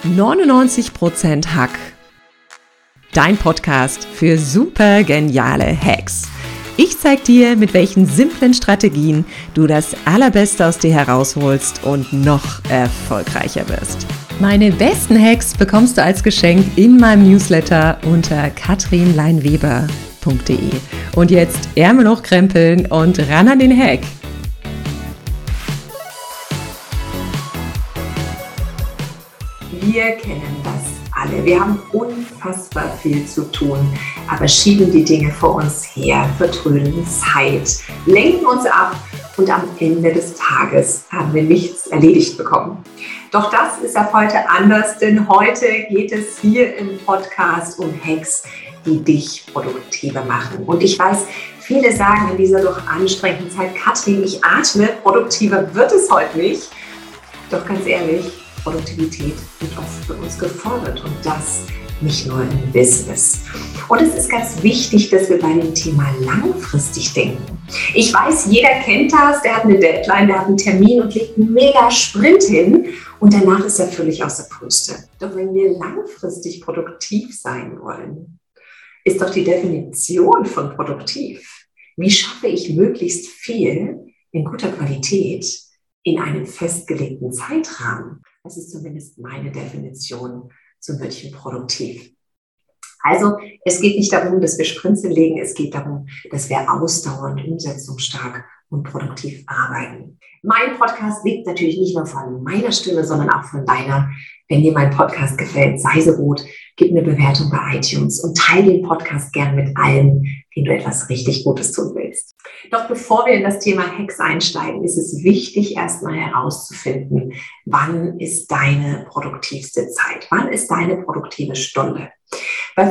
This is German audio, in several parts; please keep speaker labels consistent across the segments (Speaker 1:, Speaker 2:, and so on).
Speaker 1: 99% Hack. Dein Podcast für super geniale Hacks. Ich zeig dir, mit welchen simplen Strategien du das Allerbeste aus dir herausholst und noch erfolgreicher wirst. Meine besten Hacks bekommst du als Geschenk in meinem Newsletter unter katrinleinweber.de. Und jetzt Ärmel hochkrempeln und ran an den Hack.
Speaker 2: Wir kennen das alle. Wir haben unfassbar viel zu tun, aber schieben die Dinge vor uns her, vertrödeln Zeit, lenken uns ab und am Ende des Tages haben wir nichts erledigt bekommen. Doch das ist ab heute anders, denn heute geht es hier im Podcast um Hacks, die dich produktiver machen. Und ich weiß, viele sagen in dieser doch anstrengenden Zeit, Katrin, ich atme, produktiver wird es heute nicht. Doch ganz ehrlich, Produktivität wird oft von uns gefordert und das nicht nur im Business. Und es ist ganz wichtig, dass wir bei dem Thema langfristig denken. Ich weiß, jeder kennt das, der hat eine Deadline, der hat einen Termin und legt einen mega Sprint hin und danach ist er völlig aus der Puste. Doch wenn wir langfristig produktiv sein wollen, ist doch die Definition von produktiv. Wie schaffe ich möglichst viel in guter Qualität in einem festgelegten Zeitrahmen? Das ist zumindest meine Definition zum Wörtchen produktiv. Also es geht nicht darum, dass wir Sprints legen, es geht darum, dass wir ausdauernd, umsetzungsstark und produktiv arbeiten. Mein Podcast lebt natürlich nicht nur von meiner Stimme, sondern auch von deiner. Wenn dir mein Podcast gefällt, sei so gut, gib eine Bewertung bei iTunes und teile den Podcast gern mit allen, denen du etwas richtig Gutes tun willst. Doch bevor wir in das Thema Hacks einsteigen, ist es wichtig, erstmal herauszufinden, wann ist deine produktivste Zeit? Wann ist deine produktive Stunde? Bei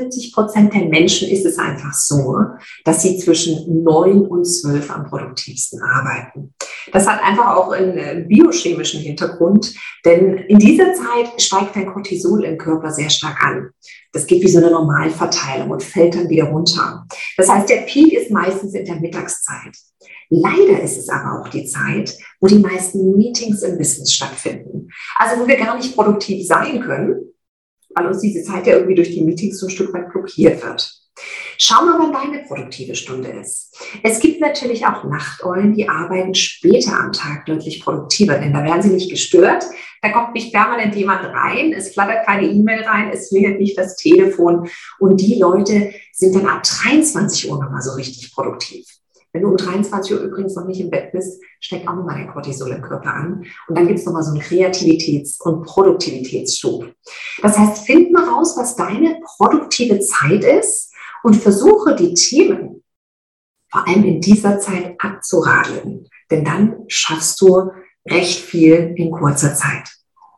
Speaker 2: 75% der Menschen ist es einfach so, dass sie zwischen 9 und 12 am produktivsten arbeiten. Das hat einfach auch einen biochemischen Hintergrund, denn in dieser Zeit steigt dein Cortisol im Körper sehr stark an. Das geht wie so eine Normalverteilung und fällt dann wieder runter. Das heißt, der Peak ist meistens in der Mittagszeit. Leider ist es aber auch die Zeit, wo die meisten Meetings im Business stattfinden. Also wo wir gar nicht produktiv sein können, weil uns diese Zeit ja irgendwie durch die Meetings so ein Stück weit blockiert wird. Schau mal, wann deine produktive Stunde ist. Es gibt natürlich auch Nachteulen, die arbeiten später am Tag deutlich produktiver, denn da werden sie nicht gestört. Da kommt nicht permanent jemand rein, es flattert keine E-Mail rein, es klingelt nicht das Telefon und die Leute sind dann ab 23 Uhr nochmal so richtig produktiv. Wenn du um 23 Uhr übrigens noch nicht im Bett bist, steckt auch nochmal dein Cortisol im Körper an. Und dann gibt es nochmal so einen Kreativitäts- und Produktivitätsschub. Das heißt, find mal raus, was deine produktive Zeit ist und versuche die Themen vor allem in dieser Zeit abzuradeln. Denn dann schaffst du recht viel in kurzer Zeit.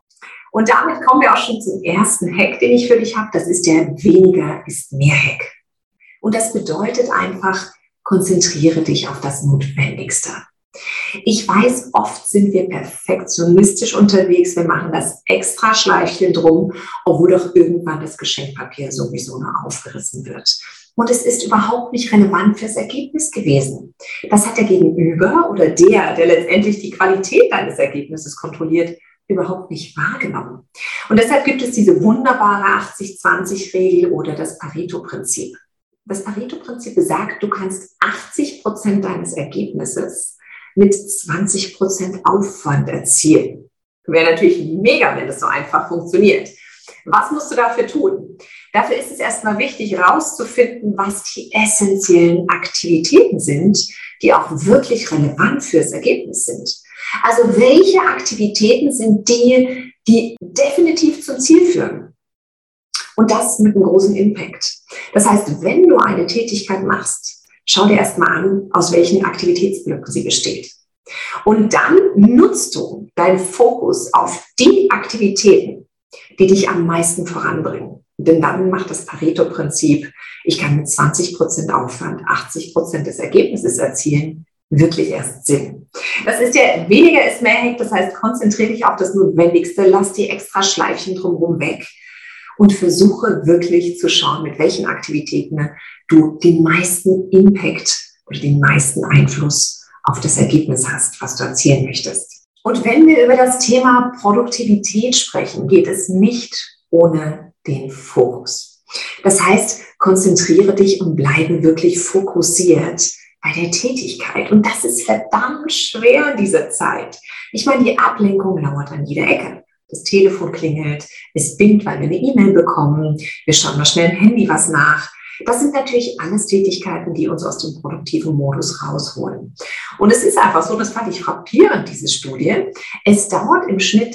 Speaker 2: Und damit kommen wir auch schon zum ersten Hack, den ich für dich habe. Das ist der Weniger ist mehr Hack. Und das bedeutet einfach, konzentriere dich auf das Notwendigste. Ich weiß, oft sind wir perfektionistisch unterwegs. Wir machen das extra Schleifchen drum, obwohl doch irgendwann das Geschenkpapier sowieso nur aufgerissen wird. Und es ist überhaupt nicht relevant fürs Ergebnis gewesen. Das hat der Gegenüber oder der letztendlich die Qualität deines Ergebnisses kontrolliert, überhaupt nicht wahrgenommen. Und deshalb gibt es diese wunderbare 80-20-Regel oder das Pareto-Prinzip. Das Pareto-Prinzip besagt, du kannst 80% deines Ergebnisses mit 20% Aufwand erzielen. Wäre natürlich mega, wenn das so einfach funktioniert. Was musst du dafür tun? Dafür ist es erstmal wichtig, herauszufinden, was die essentiellen Aktivitäten sind, die auch wirklich relevant fürs Ergebnis sind. Also welche Aktivitäten sind die, die definitiv zum Ziel führen? Und das mit einem großen Impact. Das heißt, wenn du eine Tätigkeit machst, schau dir erstmal an, aus welchen Aktivitätsblöcken sie besteht. Und dann nutzt du deinen Fokus auf die Aktivitäten, die dich am meisten voranbringen. Denn dann macht das Pareto-Prinzip, ich kann mit 20% Aufwand 80% des Ergebnisses erzielen, wirklich erst Sinn. Das ist ja weniger ist mehr Hack, das heißt, konzentriere dich auf das Notwendigste, lass die extra Schleifchen drumherum weg. Und versuche wirklich zu schauen, mit welchen Aktivitäten du den meisten Impact oder den meisten Einfluss auf das Ergebnis hast, was du erzielen möchtest. Und wenn wir über das Thema Produktivität sprechen, geht es nicht ohne den Fokus. Das heißt, konzentriere dich und bleibe wirklich fokussiert bei der Tätigkeit. Und das ist verdammt schwer in dieser Zeit. Ich meine, die Ablenkung lauert an jeder Ecke. Das Telefon klingelt, es bingt, weil wir eine E-Mail bekommen, wir schauen mal schnell im Handy was nach. Das sind natürlich alles Tätigkeiten, die uns aus dem produktiven Modus rausholen. Und es ist einfach so, das fand ich frappierend, diese Studie. Es dauert im Schnitt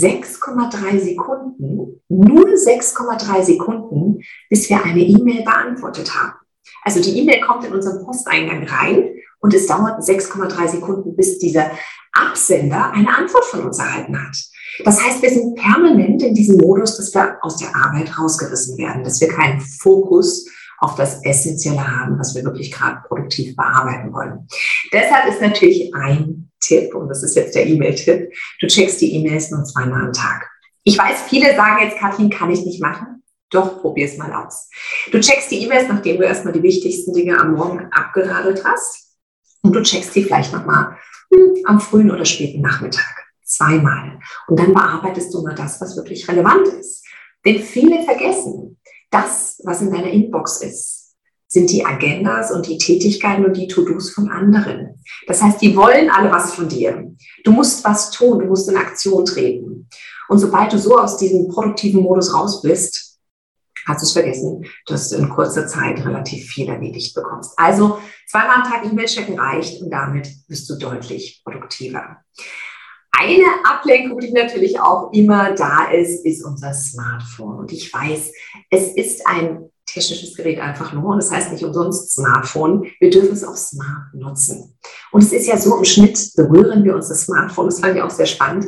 Speaker 2: 6,3 Sekunden, nur 6,3 Sekunden, bis wir eine E-Mail beantwortet haben. Also die E-Mail kommt in unseren Posteingang rein und es dauert 6,3 Sekunden, bis dieser Absender eine Antwort von uns erhalten hat. Das heißt, wir sind permanent in diesem Modus, dass wir aus der Arbeit rausgerissen werden, dass wir keinen Fokus auf das Essentielle haben, was wir wirklich gerade produktiv bearbeiten wollen. Deshalb ist natürlich ein Tipp, und das ist jetzt der E-Mail-Tipp, du checkst die E-Mails nur 2-mal am Tag. Ich weiß, viele sagen jetzt, Katrin, kann ich nicht machen. Doch, probier es mal aus. Du checkst die E-Mails, nachdem du erstmal die wichtigsten Dinge am Morgen abgeradelt hast. Und du checkst die vielleicht nochmal am frühen oder späten Nachmittag. 2-mal. Und dann bearbeitest du mal das, was wirklich relevant ist. Denn viele vergessen, das, was in deiner Inbox ist, sind die Agendas und die Tätigkeiten und die To-Dos von anderen. Das heißt, die wollen alle was von dir. Du musst was tun, du musst in Aktion treten. Und sobald du so aus diesem produktiven Modus raus bist, hast du es vergessen, dass du in kurzer Zeit relativ viel erledigt bekommst. Also 2-mal am Tag E-Mail checken reicht und damit bist du deutlich produktiver. Eine Ablenkung, die natürlich auch immer da ist, ist unser Smartphone. Und ich weiß, es ist ein technisches Gerät einfach nur und das heißt nicht umsonst Smartphone. Wir dürfen es auch smart nutzen. Und es ist ja so, im Schnitt berühren wir unser Smartphone, das fand ich auch sehr spannend,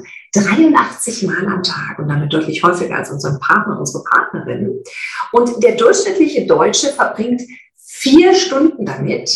Speaker 2: 83 Mal am Tag und damit deutlich häufiger als unseren Partner, unsere Partnerin. Und der durchschnittliche Deutsche verbringt 4 Stunden damit,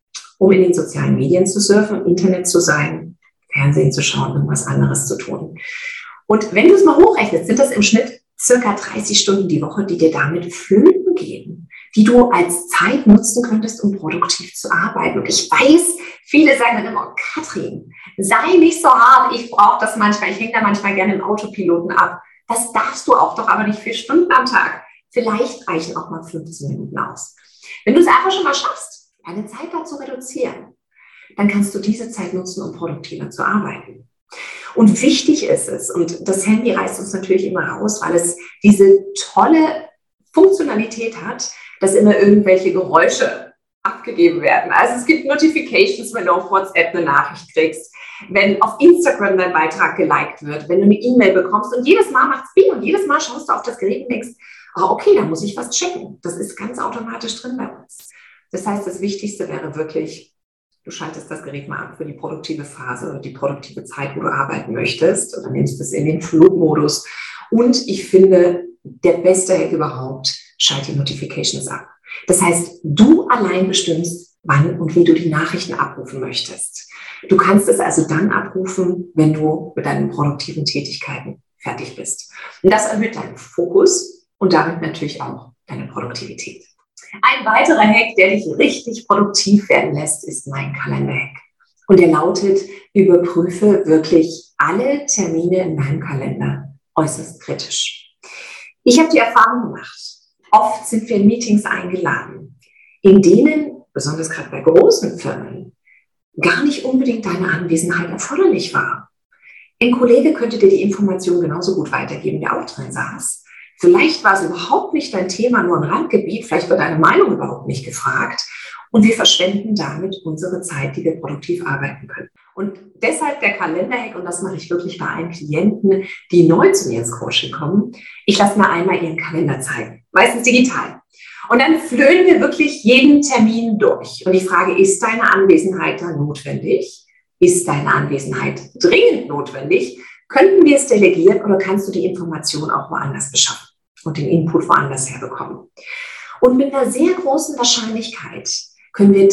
Speaker 2: um in den sozialen Medien zu surfen, im Internet zu sein, Fernsehen zu schauen, irgendwas anderes zu tun. Und wenn du es mal hochrechnest, sind das im Schnitt circa 30 Stunden die Woche, die dir damit flöten gehen, die du als Zeit nutzen könntest, um produktiv zu arbeiten. Und ich weiß, viele sagen dann immer, Katrin, sei nicht so hart, ich brauche das manchmal, ich hänge da manchmal gerne im Autopiloten ab. Das darfst du auch, doch aber nicht 4 Stunden am Tag. Vielleicht reichen auch mal 15 Minuten aus. Wenn du es einfach schon mal schaffst, deine Zeit dazu reduzieren, dann kannst du diese Zeit nutzen, um produktiver zu arbeiten. Und wichtig ist es, und das Handy reißt uns natürlich immer raus, weil es diese tolle Funktionalität hat, dass immer irgendwelche Geräusche abgegeben werden. Also es gibt Notifications, wenn du auf WhatsApp eine Nachricht kriegst, wenn auf Instagram dein Beitrag geliked wird, wenn du eine E-Mail bekommst und jedes Mal macht es Bing und jedes Mal schaust du auf das Gerät und denkst, okay, da muss ich was checken. Das ist ganz automatisch drin bei uns. Das heißt, das Wichtigste wäre wirklich, du schaltest das Gerät mal ab für die produktive Phase oder die produktive Zeit, wo du arbeiten möchtest, oder nimmst es in den Flugmodus. Und ich finde, der beste Hack überhaupt, schalte die Notifications ab. Das heißt, du allein bestimmst, wann und wie du die Nachrichten abrufen möchtest. Du kannst es also dann abrufen, wenn du mit deinen produktiven Tätigkeiten fertig bist. Und das erhöht deinen Fokus und damit natürlich auch deine Produktivität. Ein weiterer Hack, der dich richtig produktiv werden lässt, ist mein Kalender-Hack. Und der lautet, überprüfe wirklich alle Termine in deinem Kalender äußerst kritisch. Ich habe die Erfahrung gemacht, oft sind wir in Meetings eingeladen, in denen, besonders gerade bei großen Firmen, gar nicht unbedingt deine Anwesenheit erforderlich war. Ein Kollege könnte dir die Information genauso gut weitergeben, der auch drin saß. Vielleicht war es überhaupt nicht dein Thema, nur ein Randgebiet, vielleicht wird deine Meinung überhaupt nicht gefragt und wir verschwenden damit unsere Zeit, die wir produktiv arbeiten können. Und deshalb der Kalender-Hack, und das mache ich wirklich bei allen Klienten, die neu zu mir ins Coaching kommen. Ich lasse mir einmal ihren Kalender zeigen, meistens digital. Und dann flöhen wir wirklich jeden Termin durch. Und die Frage, ist deine Anwesenheit da notwendig? Ist deine Anwesenheit dringend notwendig? Könnten wir es delegieren oder kannst du die Information auch woanders beschaffen und den Input woanders herbekommen? Und mit einer sehr großen Wahrscheinlichkeit können wir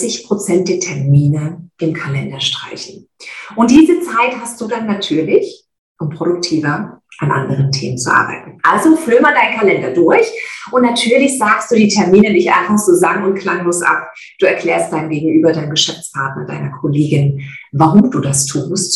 Speaker 2: 30% der Termine im Kalender streichen. Und diese Zeit hast du dann natürlich, um produktiver an anderen Themen zu arbeiten. Also flöhe mal deinen Kalender durch und natürlich sagst du die Termine nicht einfach so sang- und klanglos ab. Du erklärst deinem Gegenüber, deinem Geschäftspartner, deiner Kollegin, warum du das tust.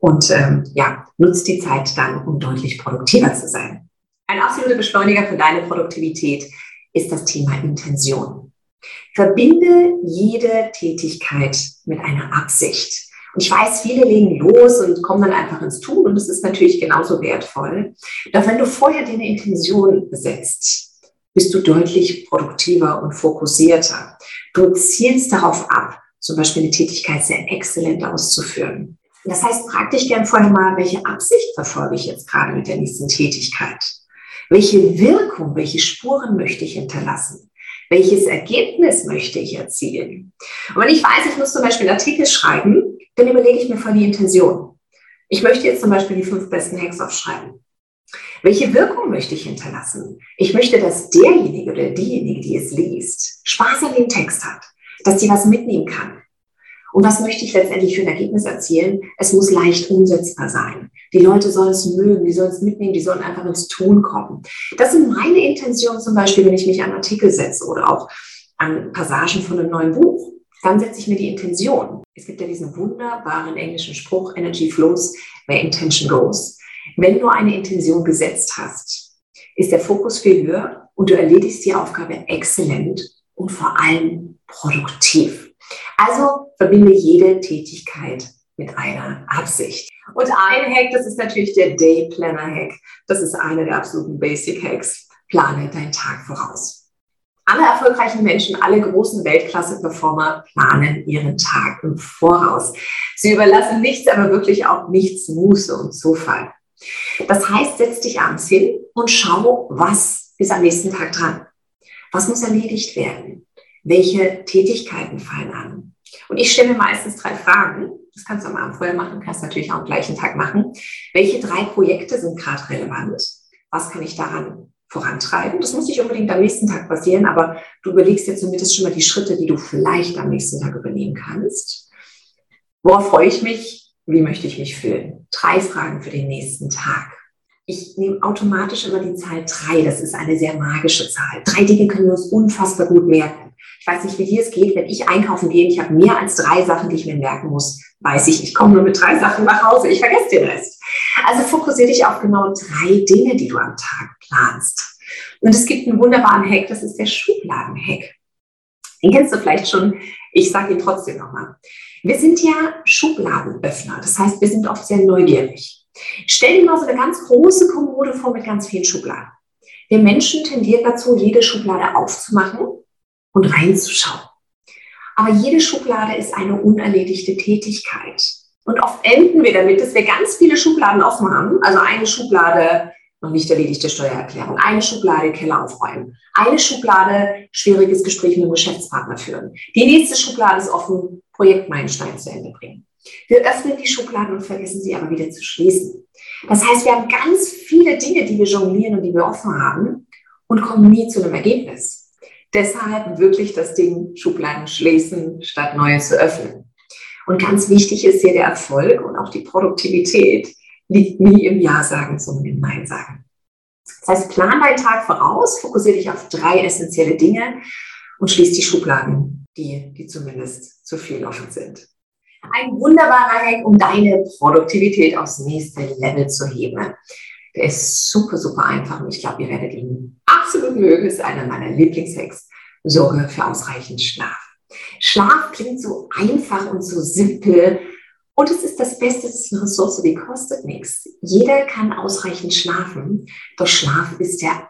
Speaker 2: und nutzt die Zeit dann, um deutlich produktiver zu sein. Ein absoluter Beschleuniger für deine Produktivität ist das Thema Intention. Verbinde jede Tätigkeit mit einer Absicht. Und ich weiß, viele legen los und kommen dann einfach ins Tun und das ist natürlich genauso wertvoll. Doch wenn du vorher dir eine Intention setzt, bist du deutlich produktiver und fokussierter. Du zielst darauf ab, zum Beispiel eine Tätigkeit sehr exzellent auszuführen. Das heißt, frag dich gern vorher mal, welche Absicht verfolge ich jetzt gerade mit der nächsten Tätigkeit? Welche Wirkung, welche Spuren möchte ich hinterlassen? Welches Ergebnis möchte ich erzielen? Und wenn ich weiß, ich muss zum Beispiel einen Artikel schreiben, dann überlege ich mir voll die Intention. Ich möchte jetzt zum Beispiel die 5 besten Hacks aufschreiben. Welche Wirkung möchte ich hinterlassen? Ich möchte, dass derjenige oder diejenige, die es liest, Spaß an dem Text hat, dass sie was mitnehmen kann. Und was möchte ich letztendlich für ein Ergebnis erzielen? Es muss leicht umsetzbar sein. Die Leute sollen es mögen, die sollen es mitnehmen, die sollen einfach ins Tun kommen. Das sind meine Intentionen zum Beispiel, wenn ich mich an Artikel setze oder auch an Passagen von einem neuen Buch. Dann setze ich mir die Intention. Es gibt ja diesen wunderbaren englischen Spruch, Energy flows where intention goes. Wenn du eine Intention gesetzt hast, ist der Fokus viel höher und du erledigst die Aufgabe exzellent und vor allem produktiv. Also verbinde jede Tätigkeit mit einer Absicht. Und ein Hack, das ist natürlich der Day Planner Hack. Das ist einer der absoluten Basic Hacks. Plane deinen Tag voraus. Alle erfolgreichen Menschen, alle großen Weltklasse-Performer planen ihren Tag im Voraus. Sie überlassen nichts, aber wirklich auch nichts Muße und Zufall. Das heißt, setz dich abends hin und schau, was ist am nächsten Tag dran. Was muss erledigt werden? Welche Tätigkeiten fallen an? Und ich stelle mir meistens 3 Fragen. Das kannst du am Abend vorher machen, kannst natürlich auch am gleichen Tag machen. Welche 3 Projekte sind gerade relevant? Was kann ich daran vorantreiben? Das muss nicht unbedingt am nächsten Tag passieren, aber du überlegst dir zumindest schon mal die Schritte, die du vielleicht am nächsten Tag übernehmen kannst. Worauf freue ich mich? Wie möchte ich mich fühlen? 3 Fragen für den nächsten Tag. Ich nehme automatisch immer die Zahl 3. Das ist eine sehr magische Zahl. 3 Dinge können wir uns unfassbar gut merken. Ich weiß nicht, wie dir es geht, wenn ich einkaufen gehe und ich habe mehr als 3 Sachen, die ich mir merken muss, weiß ich komme nur mit 3 Sachen nach Hause. Ich vergesse den Rest. Also fokussiere dich auf genau 3 Dinge, die du am Tag planst. Und es gibt einen wunderbaren Hack, das ist der Schubladen-Hack. Den kennst du vielleicht schon. Ich sage ihn trotzdem nochmal. Wir sind ja Schubladenöffner. Das heißt, wir sind oft sehr neugierig. Stell dir mal so eine ganz große Kommode vor mit ganz vielen Schubladen. Wir Menschen tendieren dazu, jede Schublade aufzumachen und reinzuschauen. Aber jede Schublade ist eine unerledigte Tätigkeit. Und oft enden wir damit, dass wir ganz viele Schubladen offen haben. Also eine Schublade, noch nicht erledigte Steuererklärung, eine Schublade, Keller aufräumen, eine Schublade, schwieriges Gespräch mit einem Geschäftspartner führen. Die nächste Schublade ist offen, Projektmeilenstein zu Ende bringen. Wir öffnen die Schubladen und vergessen sie aber wieder zu schließen. Das heißt, wir haben ganz viele Dinge, die wir jonglieren und die wir offen haben und kommen nie zu einem Ergebnis. Deshalb wirklich das Ding Schubladen schließen, statt neue zu öffnen. Und ganz wichtig ist hier der Erfolg und auch die Produktivität liegt nie im Ja sagen, sondern im Nein sagen. Das heißt, plan deinen Tag voraus, fokussiere dich auf 3 essentielle Dinge und schließ die Schubladen, die zumindest zu viel offen sind. Ein wunderbarer Hack, um deine Produktivität aufs nächste Level zu heben. Der ist super, super einfach und ich glaube, ihr werdet ihn absolut mögen. Ist einer meiner Lieblingshacks. Sorge für ausreichend Schlaf. Schlaf klingt so einfach und so simpel und es ist das Beste, es ist eine Ressource, die kostet nichts. Jeder kann ausreichend schlafen, doch Schlaf ist der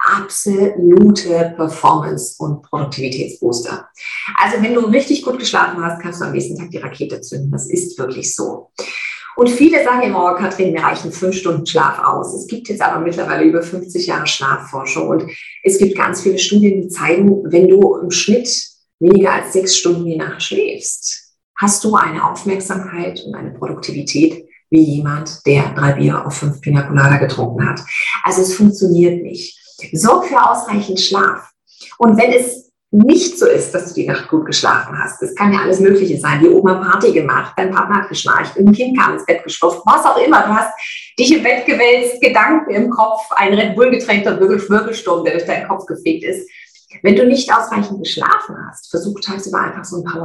Speaker 2: absolute Performance- und Produktivitätsbooster. Also wenn du richtig gut geschlafen hast, kannst du am nächsten Tag die Rakete zünden. Das ist wirklich so. Und viele sagen immer, oh Katrin, mir reichen 5 Stunden Schlaf aus. Es gibt jetzt aber mittlerweile über 50 Jahre Schlafforschung und es gibt ganz viele Studien, die zeigen, wenn du im Schnitt weniger als 6 Stunden die Nacht schläfst, hast du eine Aufmerksamkeit und eine Produktivität wie jemand, der 3 Bier auf 5 Pina Colada getrunken hat. Also es funktioniert nicht. Sorg für ausreichend Schlaf. Und wenn es nicht so ist, dass du die Nacht gut geschlafen hast, das kann ja alles Mögliche sein, die Oma Party gemacht, dein Partner hat geschnarcht, ein Kind kam ins Bett geschlurft, was auch immer, du hast dich im Bett gewälzt, Gedanken im Kopf, ein Red Bull getränkter Wirbelsturm, der durch deinen Kopf gefegt ist. Wenn du nicht ausreichend geschlafen hast, versuch tagsüber einfach so ein Powernap.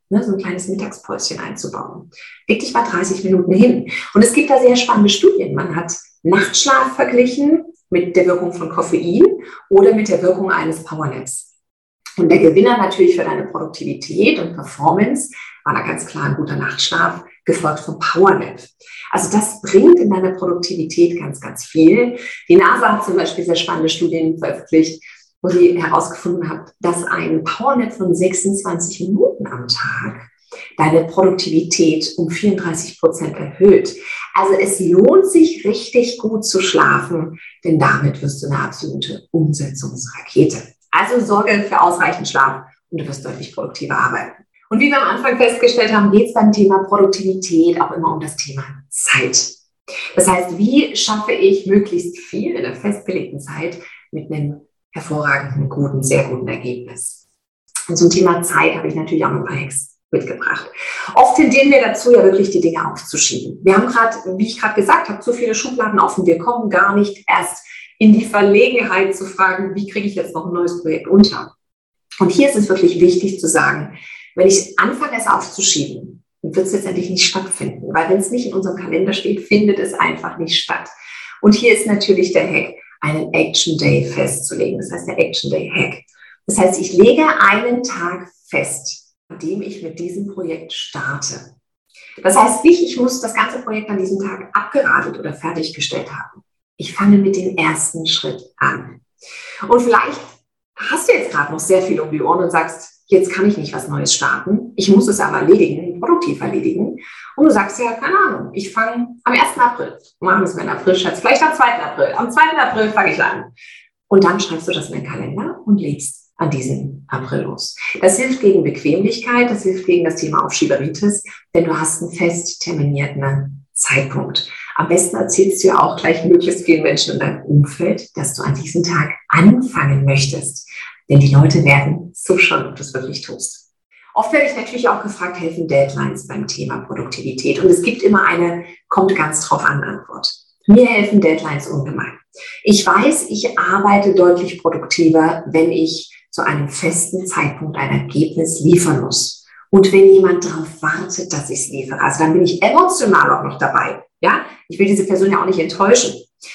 Speaker 2: ne, so ein kleines Mittagspäuschen einzubauen. Leg dich mal 30 Minuten hin. Und es gibt da sehr spannende Studien. Man hat Nachtschlaf verglichen mit der Wirkung von Koffein oder mit der Wirkung eines Powernaps. Und der Gewinner natürlich für deine Produktivität und Performance war da ganz klar ein guter Nachtschlaf, gefolgt vom Powernap. Also das bringt in deiner Produktivität ganz, ganz viel. Die NASA hat zum Beispiel sehr spannende Studien veröffentlicht, wo sie herausgefunden hat, dass ein Powernap von 26 Minuten am Tag deine Produktivität um 34% erhöht. Also es lohnt sich richtig gut zu schlafen, denn damit wirst du eine absolute Umsetzungsrakete. Also sorge für ausreichend Schlaf und du wirst deutlich produktiver arbeiten. Und wie wir am Anfang festgestellt haben, geht es beim Thema Produktivität auch immer um das Thema Zeit. Das heißt, wie schaffe ich möglichst viel in der festgelegten Zeit mit einem hervorragenden, guten, sehr guten Ergebnis? Und zum Thema Zeit habe ich natürlich auch noch ein paar Hacks mitgebracht. Oft tendieren wir dazu, ja wirklich die Dinge aufzuschieben. Wir haben gerade, wie ich gerade gesagt habe, zu viele Schubladen offen. Wir kommen gar nicht erst in die Verlegenheit zu fragen, wie kriege ich jetzt noch ein neues Projekt unter? Und hier ist es wirklich wichtig zu sagen, wenn ich anfange, es aufzuschieben, dann wird es letztendlich nicht stattfinden, weil wenn es nicht in unserem Kalender steht, findet es einfach nicht statt. Und hier ist natürlich der Hack, einen Action Day festzulegen. Das heißt, der Action Day Hack. Das heißt, ich lege einen Tag fest, an dem ich mit diesem Projekt starte. Das heißt nicht, ich muss das ganze Projekt an diesem Tag abgeradelt oder fertiggestellt haben. Ich fange mit dem ersten Schritt an. Und vielleicht hast du jetzt gerade noch sehr viel um die Ohren und sagst, jetzt kann ich nicht was Neues starten. Ich muss es aber erledigen, produktiv erledigen. Und du sagst ja, keine Ahnung, ich fange am 1. April. Machen wir es in April, Schatz. Vielleicht am 2. April. Am 2. April fange ich an. Und dann schreibst du das in den Kalender und legst an diesem April los. Das hilft gegen Bequemlichkeit, das hilft gegen das Thema Aufschieberitis, denn du hast einen fest terminierten Zeitpunkt. Am besten erzählst du ja auch gleich möglichst vielen Menschen in deinem Umfeld, dass du an diesem Tag anfangen möchtest. Denn die Leute werden zuschauen, ob du es wirklich tust. Oft werde ich natürlich auch gefragt, helfen Deadlines beim Thema Produktivität? Und es gibt immer eine, kommt ganz drauf an, Antwort. Mir helfen Deadlines ungemein. Ich weiß, ich arbeite deutlich produktiver, wenn ich zu einem festen Zeitpunkt ein Ergebnis liefern muss. Und wenn jemand darauf wartet, dass ich es liefere, also dann bin ich emotional auch noch dabei. Ja, ich will diese Person ja auch nicht enttäuschen.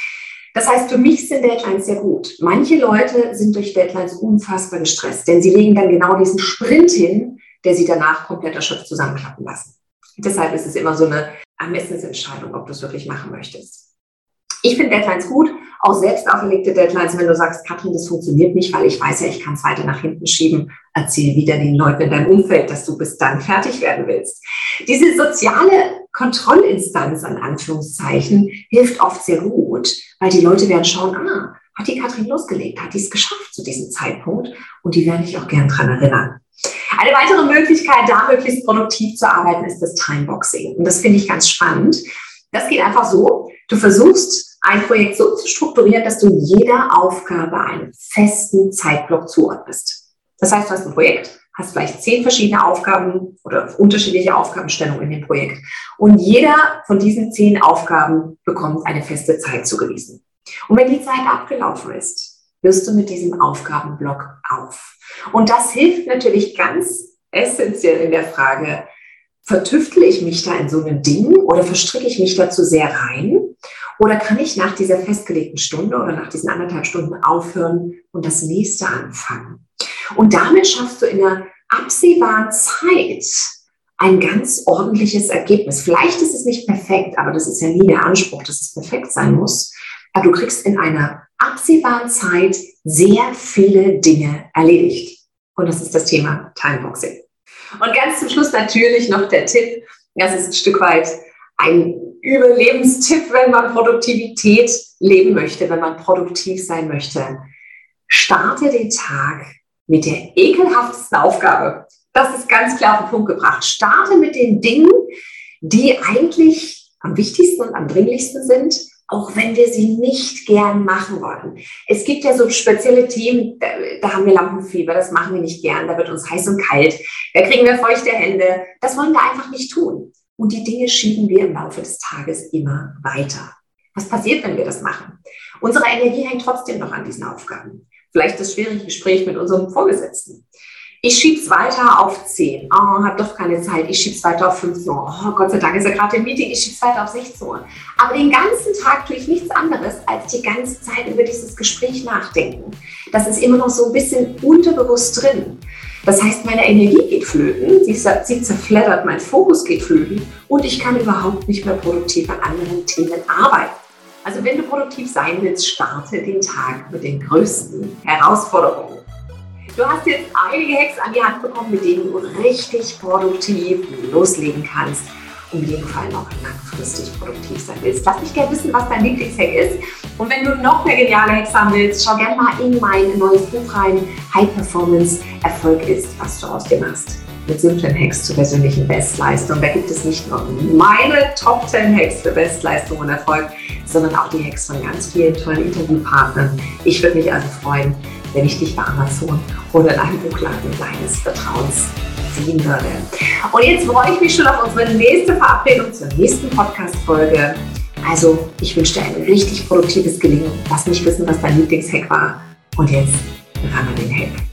Speaker 2: Das heißt, für mich sind Deadlines sehr gut. Manche Leute sind durch Deadlines unfassbar gestresst, denn sie legen dann genau diesen Sprint hin, der sie danach komplett erschöpft zusammenklappen lassen. Deshalb ist es immer so eine Ermessensentscheidung, ob du es wirklich machen möchtest. Ich finde Deadlines gut, auch selbst auferlegte Deadlines, wenn du sagst, Katrin, das funktioniert nicht, weil ich weiß ja, ich kann es weiter nach hinten schieben, erzähl wieder den Leuten in deinem Umfeld, dass du bis dann fertig werden willst. Diese soziale Kontrollinstanz, an Anführungszeichen, hilft oft sehr gut, weil die Leute werden schauen, hat die Katrin losgelegt, hat die es geschafft zu diesem Zeitpunkt und die werden dich auch gern dran erinnern. Eine weitere Möglichkeit, da möglichst produktiv zu arbeiten, ist das Timeboxing. Und das finde ich ganz spannend. Das geht einfach so, du versuchst, ein Projekt so zu strukturieren, dass du jeder Aufgabe einen festen Zeitblock zuordnest. Das heißt, du hast ein Projekt, hast vielleicht 10 verschiedene Aufgaben oder unterschiedliche Aufgabenstellungen in dem Projekt. Und jeder von diesen 10 Aufgaben bekommt eine feste Zeit zugewiesen. Und wenn die Zeit abgelaufen ist, wirst du mit diesem Aufgabenblock auf. Und das hilft natürlich ganz essentiell in der Frage, vertüftle ich mich da in so einem Ding oder verstricke ich mich da zu sehr rein? Oder kann ich nach dieser festgelegten Stunde oder nach diesen 1,5 Stunden aufhören und das nächste anfangen? Und damit schaffst du in einer absehbaren Zeit ein ganz ordentliches Ergebnis. Vielleicht ist es nicht perfekt, aber das ist ja nie der Anspruch, dass es perfekt sein muss. Aber du kriegst in einer absehbaren Zeit sehr viele Dinge erledigt. Und das ist das Thema Timeboxing. Und ganz zum Schluss natürlich noch der Tipp, das ist ein Stück weit ein Überlebenstipp, wenn man Produktivität leben möchte, wenn man produktiv sein möchte. Starte den Tag mit der ekelhaftesten Aufgabe. Das ist ganz klar auf den Punkt gebracht. Starte mit den Dingen, die eigentlich am wichtigsten und am dringlichsten sind, auch wenn wir sie nicht gern machen wollen. Es gibt ja so spezielle Themen, da haben wir Lampenfieber, das machen wir nicht gern, da wird uns heiß und kalt, da kriegen wir feuchte Hände. Das wollen wir einfach nicht tun. Und die Dinge schieben wir im Laufe des Tages immer weiter. Was passiert, wenn wir das machen? Unsere Energie hängt trotzdem noch an diesen Aufgaben. Vielleicht das schwierige Gespräch mit unserem Vorgesetzten. Ich schieb's weiter auf 10. Oh, hab doch keine Zeit. Ich schieb's weiter auf 15 Uhr. Oh, Gott sei Dank ist ja gerade im Meeting. Ich schieb's weiter auf 16 Uhr. Aber den ganzen Tag tue ich nichts anderes, als die ganze Zeit über dieses Gespräch nachdenken. Das ist immer noch so ein bisschen unterbewusst drin. Das heißt, meine Energie geht flöten, sie zerfleddert, mein Fokus geht flöten und ich kann überhaupt nicht mehr produktiv an anderen Themen arbeiten. Also wenn du produktiv sein willst, starte den Tag mit den größten Herausforderungen. Du hast jetzt einige Hacks an die Hand bekommen, mit denen du richtig produktiv loslegen kannst und mit denen du vor allem auch langfristig produktiv sein willst. Lass mich gerne wissen, was dein Lieblingshack ist. Und wenn du noch mehr geniale Hacks haben willst, schau gerne mal in mein neues Buch rein. High Performance Erfolg ist, was du aus dir machst. Mit simplen Hacks zur persönlichen Bestleistung. Da gibt es nicht nur meine Top 10 Hacks für Bestleistung und Erfolg, sondern auch die Hacks von ganz vielen tollen Interviewpartnern. Ich würde mich also freuen, wenn ich dich bei Amazon oder in einem Buchladen deines Vertrauens sehen würde. Und jetzt freue ich mich schon auf unsere nächste Verabredung zur nächsten Podcast-Folge. Also, ich wünsche dir ein richtig produktives Gelingen. Lass mich wissen, was dein Lieblingshack war. Und jetzt ran an den Hack.